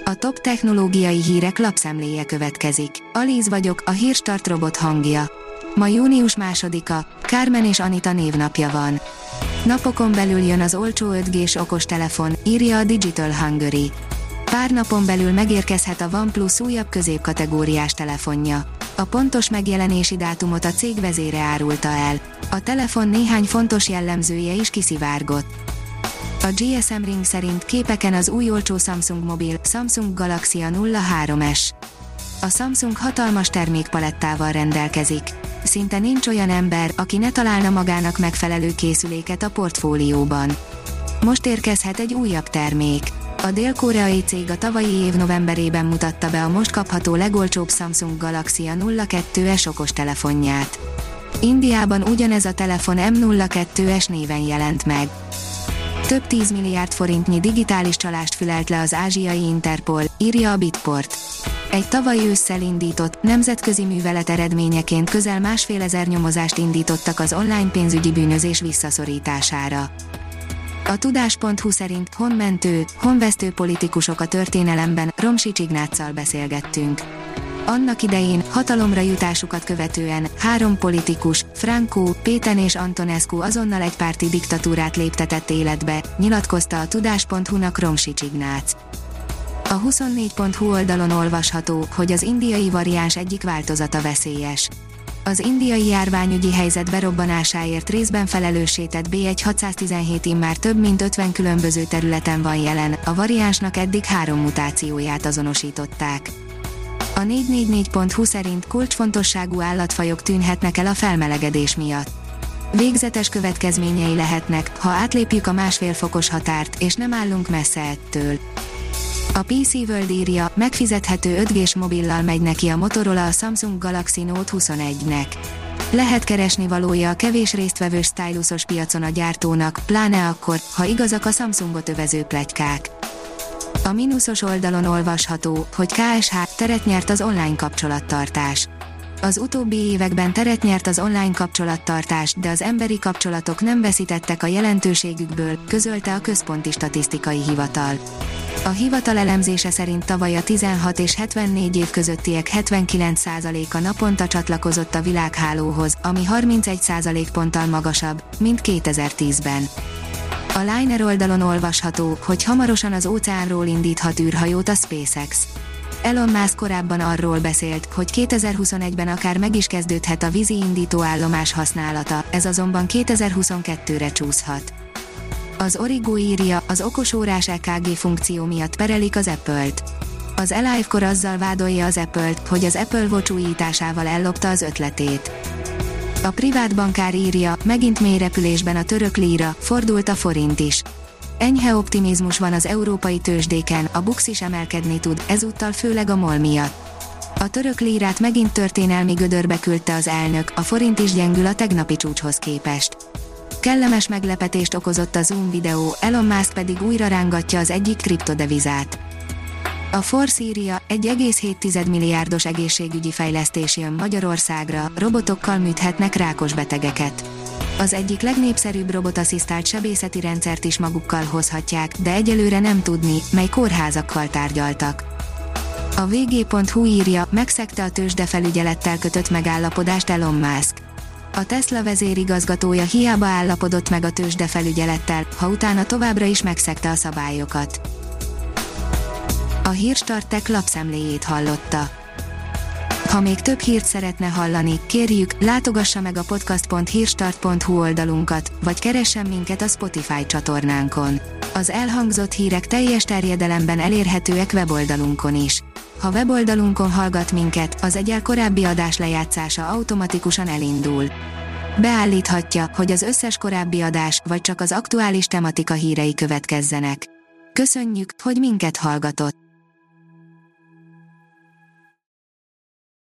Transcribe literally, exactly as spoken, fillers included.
A top technológiai hírek lapszemléje következik. Alíz vagyok, a Hírstart robot hangja. Ma június másodika, Carmen és Anita névnapja van. Napokon belül jön az olcsó öt gés okostelefon, írja a Digital Hungary. Pár napon belül megérkezhet a OnePlus újabb középkategóriás telefonja. A pontos megjelenési dátumot a cég vezére árulta el. A telefon néhány fontos jellemzője is kiszivárgott. A gé es em Ring szerint képeken az új olcsó Samsung mobil, Samsung Galaxy A nulla három S. A Samsung hatalmas termékpalettával rendelkezik. Szinte nincs olyan ember, aki ne találna magának megfelelő készüléket a portfólióban. Most érkezhet egy újabb termék. A dél-koreai cég a tavalyi év novemberében mutatta be a most kapható legolcsóbb Samsung Galaxy A nulla kettő S okostelefonját. Indiában ugyanez a telefon M nulla kettő S néven jelent meg. Több tízmilliárd forintnyi digitális csalást fülelt le az ázsiai Interpol, írja a Bitport. Egy tavaly ősszel indított, nemzetközi művelet eredményeként közel másfél ezer nyomozást indítottak az online pénzügyi bűnözés visszaszorítására. A tudás pont hu szerint honmentő, honvesztő politikusok a történelemben, Romsics Ignáccal beszélgettünk. Annak idején, hatalomra jutásukat követően, három politikus, Franco, Péten és Antonescu azonnal egypárti diktatúrát léptetett életbe, nyilatkozta a tudás pont hu-nak Romsics Ignác. A huszonnégy pont hu oldalon olvasható, hogy az indiai variáns egyik változata veszélyes. Az indiai járványügyi helyzet berobbanásáért részben felelőssé tett bé ezerhatszáztizenhét immár több mint ötven különböző területen van jelen, a variánsnak eddig három mutációját azonosították. A négy négy négy pont hu szerint kulcsfontosságú állatfajok tűnhetnek el a felmelegedés miatt. Végzetes következményei lehetnek, ha átlépjük a másfél fokos határt, és nem állunk messze ettől. A pé cé World írja, megfizethető öt gés mobillal megy neki a Motorola a Samsung Galaxy Note huszonegynek. Lehet keresni valója a kevés résztvevős stylusos piacon a gyártónak, pláne akkor, ha igazak a Samsungot övező pletykák. A mínuszos oldalon olvasható, hogy ká es há teret nyert az online kapcsolattartás. Az utóbbi években teret nyert az online kapcsolattartás, de az emberi kapcsolatok nem veszítettek a jelentőségükből, közölte a Központi Statisztikai Hivatal. A hivatal elemzése szerint tavaly a tizenhat és hetvennégy év közöttiek hetvenkilenc százaléka naponta csatlakozott a világhálóhoz, ami harmincegy százalékponttal magasabb, mint kétezer-tízben. A Liner oldalon olvasható, hogy hamarosan az óceánról indíthat űrhajót a SpaceX. Elon Musk korábban arról beszélt, hogy kétezer-huszonegyben akár meg is kezdődhet a vízi indítóállomás használata, ez azonban kétezer-huszonkettőre csúszhat. Az Origo írja, az okosórás é ká gé funkció miatt perelik az Apple-t. Az Alive Core azzal vádolja az Apple-t, hogy az Apple Watch újításával ellopta az ötletét. A privát bankár írja, megint mély repülésben a török líra, fordult a forint is. Enyhe optimizmus van az európai tőzsdéken, a BUX is emelkedni tud, ezúttal főleg a MOL miatt. A török lírát megint történelmi gödörbe küldte az elnök, a forint is gyengül a tegnapi csúcshoz képest. Kellemes meglepetést okozott a Zoom videó, Elon Musk pedig újra rángatja az egyik kriptodevizát. A Force írja, egy egész hét milliárdos egészségügyi fejlesztés jön Magyarországra, robotokkal műthetnek rákos betegeket. Az egyik legnépszerűbb robotasszisztált sebészeti rendszert is magukkal hozhatják, de egyelőre nem tudni, mely kórházakkal tárgyaltak. A vé gé pont hu írja, megszegte a tőzsdefelügyelettel kötött megállapodást Elon Musk. A Tesla vezérigazgatója hiába állapodott meg a tőzsdefelügyelettel, ha utána továbbra is megszegte a szabályokat. A Hírstart Tech lapszemléjét hallotta. Ha még több hírt szeretne hallani, kérjük, látogassa meg a podcast pont hírstart pont hu oldalunkat, vagy keressen minket a Spotify csatornánkon. Az elhangzott hírek teljes terjedelemben elérhetőek weboldalunkon is. Ha weboldalunkon hallgat minket, az egyel korábbi adás lejátszása automatikusan elindul. Beállíthatja, hogy az összes korábbi adás, vagy csak az aktuális tematika hírei következzenek. Köszönjük, hogy minket hallgatott!